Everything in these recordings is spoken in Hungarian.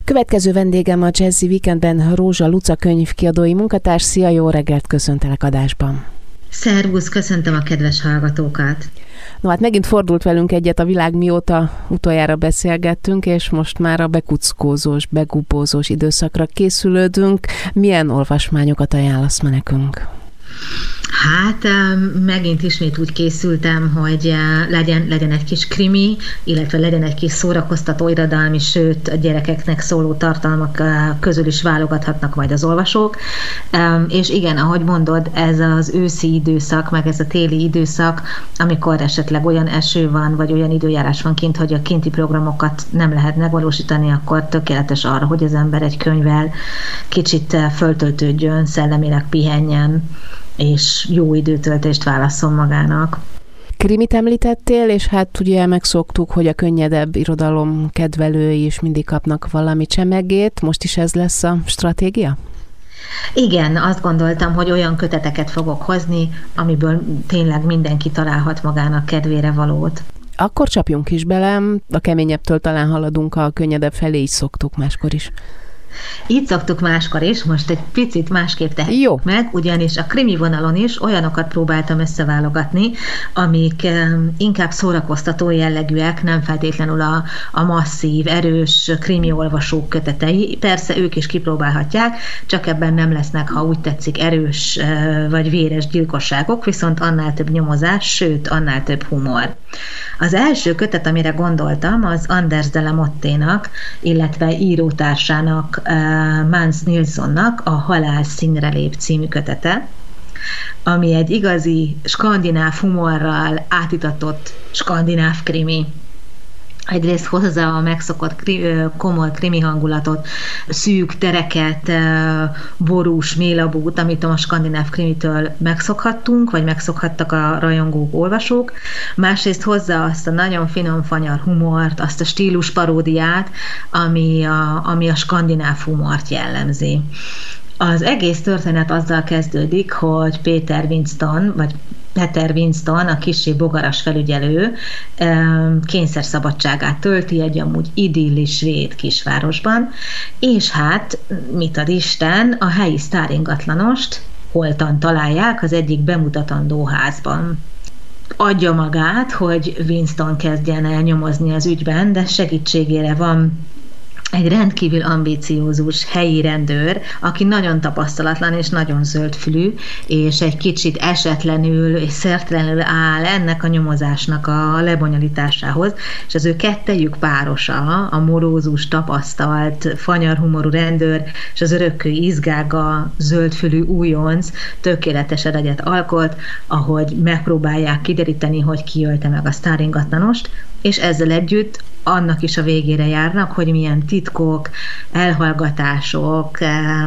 Következő vendégem a Jazzy Weekendben Rózsa Luca könyvkiadói munkatárs. Szia, jó reggelt, köszöntelek adásban. Szervusz, köszöntöm a kedves hallgatókat. No, hát megint fordult velünk egyet a világ, mióta utoljára beszélgettünk, és most már a bekuckózós, begubózós időszakra készülődünk. Milyen olvasmányokat ajánlasz ma nekünk? Hát megint ismét úgy készültem, hogy legyen egy kis krimi, illetve legyen egy kis szórakoztató irodalmi, sőt a gyerekeknek szóló tartalmak közül is válogathatnak majd az olvasók. És igen, ahogy mondod, ez az őszi időszak, meg ez a téli időszak, amikor esetleg olyan eső van, vagy olyan időjárás van kint, hogy a kinti programokat nem lehet megvalósítani, akkor tökéletes arra, hogy az ember egy könyvvel kicsit föltöltődjön, szellemileg pihenjen, és jó időtöltést válasszon magának. Krimit említettél, és hát ugye megszoktuk, hogy a könnyedebb irodalom kedvelői is mindig kapnak valami csemegét. Most is ez lesz a stratégia? Igen, azt gondoltam, hogy olyan köteteket fogok hozni, amiből tényleg mindenki találhat magának kedvére valót. Akkor csapjunk is bele, a keményebbtől talán haladunk, a könnyedebb felé is szoktuk máskor is. Így szoktuk máskor is, most egy picit másképp tehetjük meg, ugyanis a krimi vonalon is olyanokat próbáltam összeválogatni, amik inkább szórakoztató jellegűek, nem feltétlenül a masszív, erős krimi olvasók kötetei. Persze ők is kipróbálhatják, csak ebben nem lesznek, ha úgy tetszik, erős vagy véres gyilkosságok, viszont annál több nyomozás, sőt, annál több humor. Az első kötet, amire gondoltam, az Anders de la Motte-nak, illetve írótársának, Mans Nilssonnak a Halál színre lép című kötete, ami egy igazi skandináv humorral átítatott skandináv krimi. Egyrészt hozza a megszokott komoly krimi hangulatot, szűk tereket, borús mélabút, amit a skandináv krimitől megszokhattunk, vagy megszokhattak a rajongók, olvasók. Másrészt hozza azt a nagyon finom fanyar humort, azt a stílus paródiát, ami a skandináv humort jellemzi. Az egész történet azzal kezdődik, hogy Peter Winston, a kissé bogaras felügyelő kényszerszabadságát tölti egy amúgy idillis svéd kisvárosban, és hát, mit ad Isten, a helyi sztáringatlanost holtan találják az egyik bemutatandó házban. Adja magát, hogy Winston kezdjen el nyomozni az ügyben, de segítségére van egy rendkívül ambiciózus helyi rendőr, aki nagyon tapasztalatlan és nagyon zöldfülű, és egy kicsit esetlenül és szertelenül áll ennek a nyomozásnak a lebonyolításához, és az ő kettejük párosa, a morózus, tapasztalt, fanyarhumorú rendőr, és az örökkő izgága, zöldfülű újonc tökéletes eredet alkot, ahogy megpróbálják kideríteni, hogy ki ölte meg a sztáringatlanost, és ezzel együtt annak is a végére járnak, hogy milyen titkok, elhallgatások,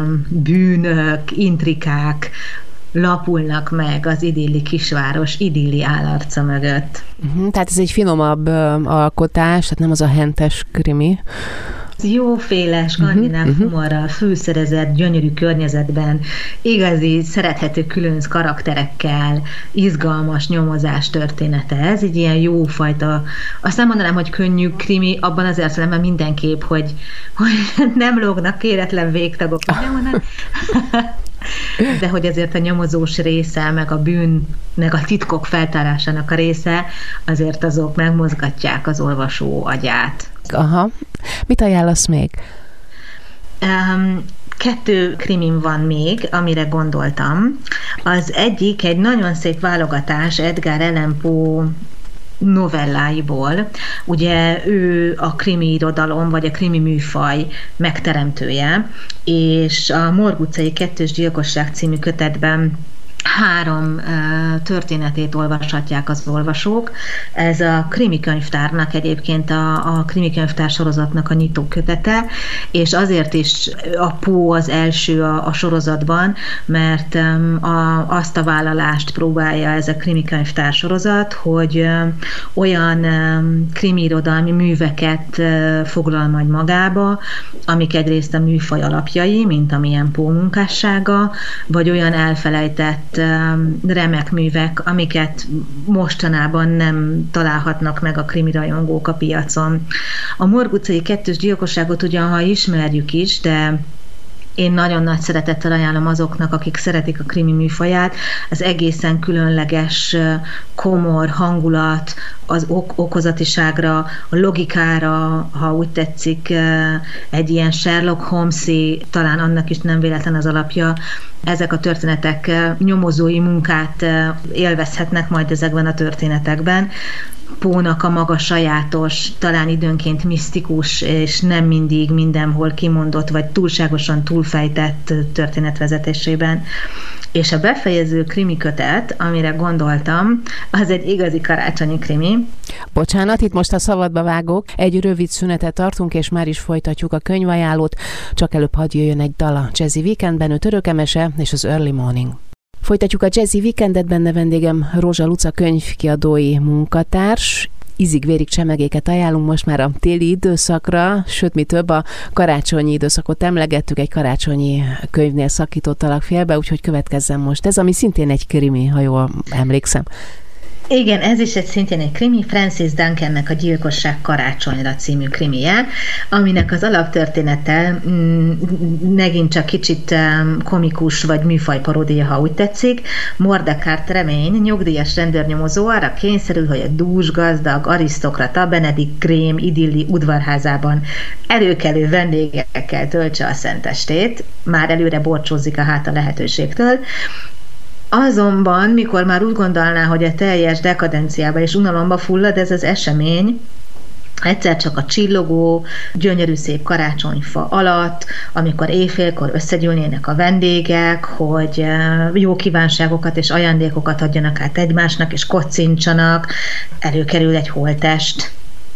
bűnök, intrikák lapulnak meg az idilli kisváros idilli állarca mögött. Tehát ez egy finomabb alkotás, tehát nem az a hentes krimi. Jóféle skandináv humorral fűszerezett, gyönyörű környezetben, igazi, szerethető különc karakterekkel, izgalmas nyomozás története. Ez egy ilyen jófajta, azt nem mondanám, hogy könnyű krimi, abban az értelemben mindenképp, hogy nem lógnak kéretlen végtagok, de hogy azért a nyomozós része, meg a bűn, meg a titkok feltárásának a része, azért azok megmozgatják az olvasó agyát. Aha. Mit ajánlasz még? 2 krimim van még, amire gondoltam. Az egyik egy nagyon szép válogatás Edgar Allan Poe novelláiból. Ugye ő a krimi irodalom, vagy a krimi műfaj megteremtője, és a Morg utcai 2-s gyilkosság című kötetben 3 történetét olvashatják az olvasók. Ez a Krimi Könyvtárnak egyébként a Krimi Könyvtár sorozatnak a nyitó kötete, és azért is a Poe az első a sorozatban, mert azt a vállalást próbálja ez a Krimi Könyvtár sorozat, hogy olyan krimi irodalmi műveket foglal majd magába, amik egyrészt a műfaj alapjai, mint amilyen Poe munkássága, vagy olyan elfelejtett remek művek, amiket mostanában nem találhatnak meg a krimirajongók a piacon. A Morg utcai 2-es gyilkosságot ugyan, ha ismerjük is, de én nagyon nagy szeretettel ajánlom azoknak, akik szeretik a krimi műfaját. Az egészen különleges, komor hangulat, az okozatiságra, a logikára, ha úgy tetszik, egy ilyen Sherlock Holmes-i, talán annak is nem véletlen az alapja. Ezek a történetek nyomozói munkát élvezhetnek majd ezekben a történetekben. Poe-nak a maga sajátos, talán időnként misztikus, és nem mindig mindenhol kimondott, vagy túlságosan túlfejtett történetvezetésében. És a befejező krimi kötet, amire gondoltam, az egy igazi karácsonyi krimi. Bocsánat, itt most a szabadba vágok. Egy rövid szünetet tartunk, és már is folytatjuk a könyvajánlót. Csak előbb hadd jöjjön egy dal a Jazzy Weekendben, Török Emese és az Early Morning. Folytatjuk a Jazzy Weekendet, benne vendégem Rózsa Luca könyvkiadói munkatárs. Ízig-vérig csemegéket ajánlunk most már a téli időszakra, sőt, mi több, a karácsonyi időszakot emlegettük, egy karácsonyi könyvnél szakítottalak félbe, úgyhogy következzen most ez, ami szintén egy krimi, ha jól emlékszem. Igen, ez is szintén egy krimi, Francis Duncannek a Gyilkosság karácsonyra című krimije, aminek az alaptörténete megint csak kicsit komikus vagy műfajparódia, ha úgy tetszik. Mordecai Tremaine, nyugdíjas rendőrnyomozó arra kényszerül, hogy a dúsgazdag arisztokrata Benedict Graham idilli udvarházában előkelő vendégekkel töltse a szentestét, már előre borcsózik a háta lehetőségtől. Azonban, mikor már úgy gondolná, hogy a teljes dekadenciába és unalomba fullad ez az esemény, egyszer csak a csillogó, gyönyörű szép karácsonyfa alatt, amikor éjfélkor összegyűlnének a vendégek, hogy jó kívánságokat és ajándékokat adjanak át egymásnak, és kocincsanak, előkerül egy holttest.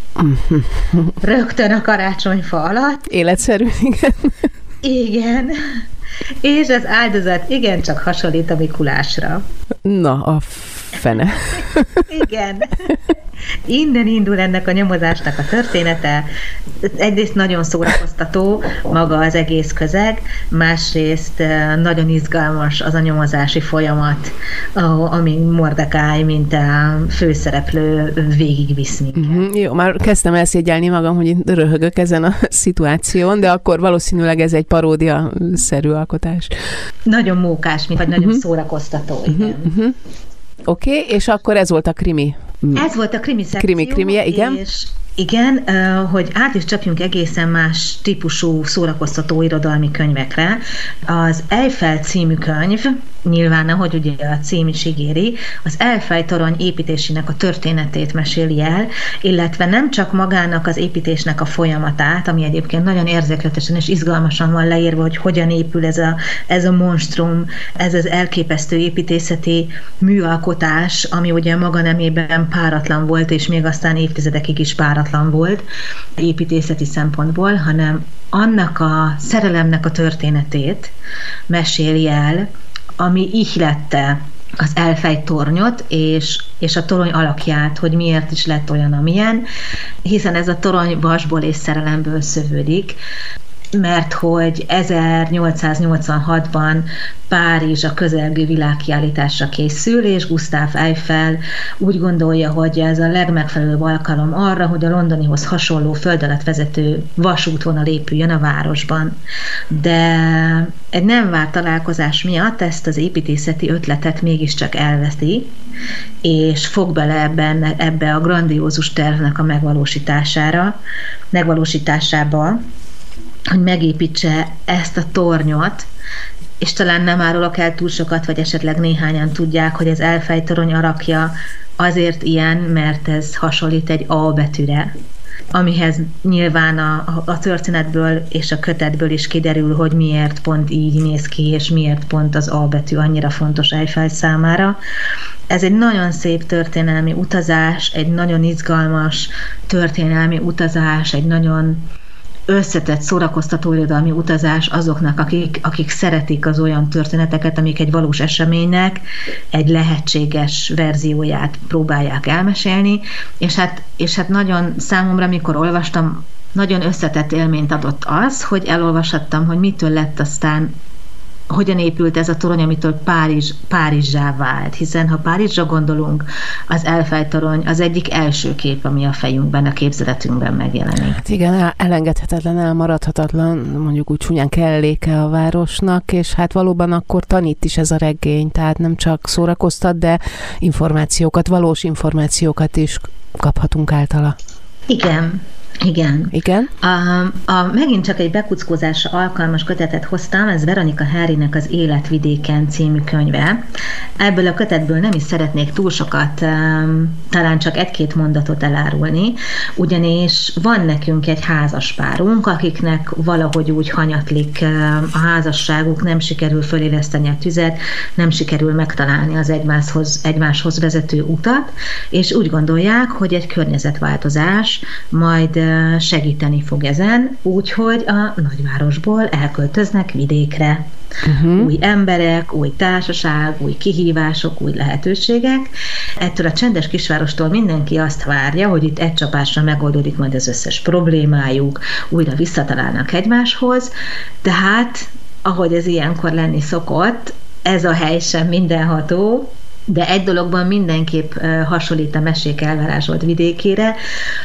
Rögtön a karácsonyfa alatt. Életszerű, igen. Igen. És az áldozat igencsak hasonlít a Mikulásra. Na, a fene. Igen. Innen indul ennek a nyomozásnak a története. Egyrészt nagyon szórakoztató maga az egész közeg, másrészt nagyon izgalmas az a nyomozási folyamat, ami Mordecai, mint a főszereplő végigvisz minket. Jó, már kezdtem elszégyelni magam, hogy röhögök ezen a szituáción, de akkor valószínűleg ez egy paródia-szerű alkotás. Nagyon mókás, vagy nagyon szórakoztató, igen. Oké, és akkor ez volt a krimi. Ez volt a krimi szekció. Krimije, igen. És igen, hogy át is csapjunk egészen más típusú szórakoztató irodalmi könyvekre. Az Eiffel című könyv, nyilván, ahogy ugye a cím is ígéri, az Eiffel torony építésének a történetét meséli el, illetve nem csak magának az építésnek a folyamatát, ami egyébként nagyon érzékletesen és izgalmasan van leírva, hogy hogyan épül ez a monstrum, ez az elképesztő építészeti műalkotás, ami ugye maga nemében páratlan volt, és még aztán évtizedekig is páratlan volt építészeti szempontból, hanem annak a szerelemnek a történetét meséli el, ami ihlette az Eiffel tornyot, és a torony alakját, hogy miért is lett olyan, amilyen, hiszen ez a torony vasból és szerelemből szövődik, mert hogy 1886-ban Párizs a közelgő világkiállításra készül, és Gustave Eiffel úgy gondolja, hogy ez a legmegfelelőbb alkalom arra, hogy a londonihoz hasonló föld alatt vezető vasútvonal épüljön a városban. De egy nem várt találkozás miatt ezt az építészeti ötletet mégiscsak elveszi, és fog bele ebbe a grandiózus tervnek a megvalósításába, hogy megépítse ezt a tornyot, és talán nem árulok el túl sokat, vagy esetleg néhányan tudják, hogy az Eiffel torony alakja azért ilyen, mert ez hasonlít egy A betűre, amihez nyilván a történetből és a kötetből is kiderül, hogy miért pont így néz ki, és miért pont az A betű annyira fontos Eiffel számára. Ez egy nagyon szép történelmi utazás, egy nagyon izgalmas történelmi utazás, egy nagyon összetett, szórakoztató irodalmi utazás azoknak, akik szeretik az olyan történeteket, amik egy valós eseménynek egy lehetséges verzióját próbálják elmesélni, és hát nagyon számomra, mikor olvastam, nagyon összetett élményt adott az, hogy elolvashattam, hogy mitől lett aztán hogyan épült ez a torony, amitől Párizsá vált. Hiszen ha Párizsra gondolunk, az Eiffel-torony az egyik első kép, ami a fejünkben, a képzeletünkben megjelenik. Hát igen, elengedhetetlen, elmaradhatatlan, mondjuk úgy csúnyán kelléke a városnak, és hát valóban akkor tanít is ez a regény, tehát nem csak szórakoztat, de információkat, valós információkat is kaphatunk általa. Igen. Megint csak egy bekuckózásra alkalmas kötetet hoztam, ez Veronika Harrynek az Életvidéken című könyve. Ebből a kötetből nem is szeretnék túl sokat, talán csak egy-két mondatot elárulni, ugyanis van nekünk egy házaspárunk, akiknek valahogy úgy hanyatlik a házasságuk, nem sikerül föléleszteni a tüzet, nem sikerül megtalálni az egymáshoz vezető utat, és úgy gondolják, hogy egy környezetváltozás majd segíteni fog ezen, úgyhogy a nagyvárosból elköltöznek vidékre. Új emberek, új társaság, új kihívások, új lehetőségek. Ettől a csendes kisvárostól mindenki azt várja, hogy itt egy csapásra megoldódik majd az összes problémájuk, újra visszatalálnak egymáshoz, de hát, ahogy ez ilyenkor lenni szokott, ez a hely sem mindenható, de egy dologban mindenképp hasonlít a mesék elvarázsolt vidékére,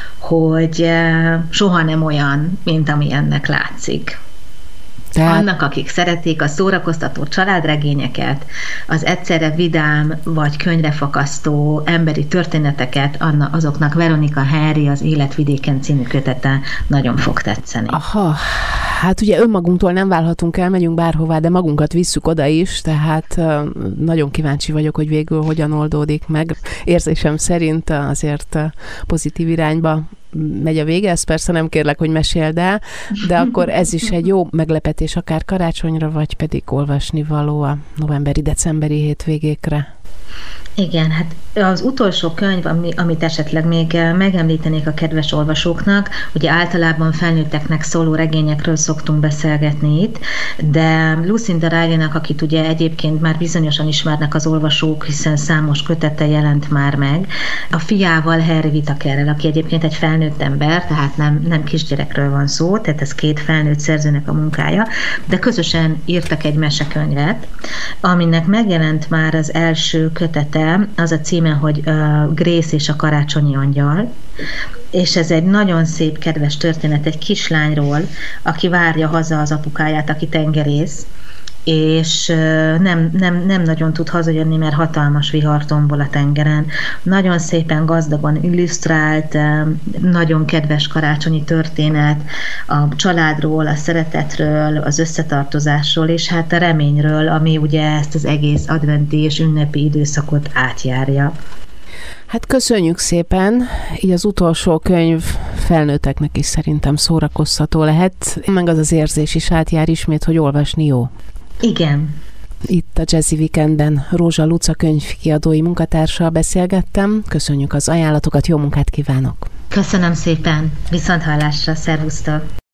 hogy soha nem olyan, mint ami ennek látszik. Annak, akik szeretik a szórakoztató családregényeket, az egyszerre vidám vagy könyvefakasztó emberi történeteket, azoknak Veronika Harry az Életvidéken című kötete nagyon fog tetszeni. Aha, hát ugye önmagunktól nem válhatunk el, megyünk bárhová, de magunkat visszük oda is, tehát nagyon kíváncsi vagyok, hogy végül hogyan oldódik meg. Érzésem szerint azért pozitív irányba megy a vége, ezt persze nem kérlek, hogy meséld el, de akkor ez is egy jó meglepetés akár karácsonyra, vagy pedig olvasni való a novemberi-decemberi hétvégékre. Igen, hát az utolsó könyv, amit esetleg még megemlítenék a kedves olvasóknak, ugye általában felnőtteknek szóló regényekről szoktunk beszélgetni itt, de Lucinda Riley-nak, akit ugye egyébként már bizonyosan ismernek az olvasók, hiszen számos kötete jelent már meg, a fiával, Harry Whittakerrel, aki egyébként egy felnőtt ember, tehát nem kisgyerekről van szó, tehát ez két felnőtt szerzőnek a munkája, de közösen írtak egy mesekönyvet, aminek megjelent már az első kötete, az a címe, hogy Grace és a karácsonyi angyal, és ez egy nagyon szép, kedves történet egy kislányról, aki várja haza az apukáját, aki tengerész, és nem nagyon tud hazajönni, mert hatalmas vihar tombol a tengeren. Nagyon szépen, gazdagon illusztrált, nagyon kedves karácsonyi történet a családról, a szeretetről, az összetartozásról, és hát a reményről, ami ugye ezt az egész adventi és ünnepi időszakot átjárja. Hát köszönjük szépen, így az utolsó könyv felnőtteknek is szerintem szórakoztató lehet, meg az az érzés is átjár ismét, hogy olvasni jó. Igen. Itt a Jazzy Weekendben Rózsa Luca könyvkiadói munkatársal beszélgettem. Köszönjük az ajánlatokat, jó munkát kívánok! Köszönöm szépen, viszonthallásra, szervusztok!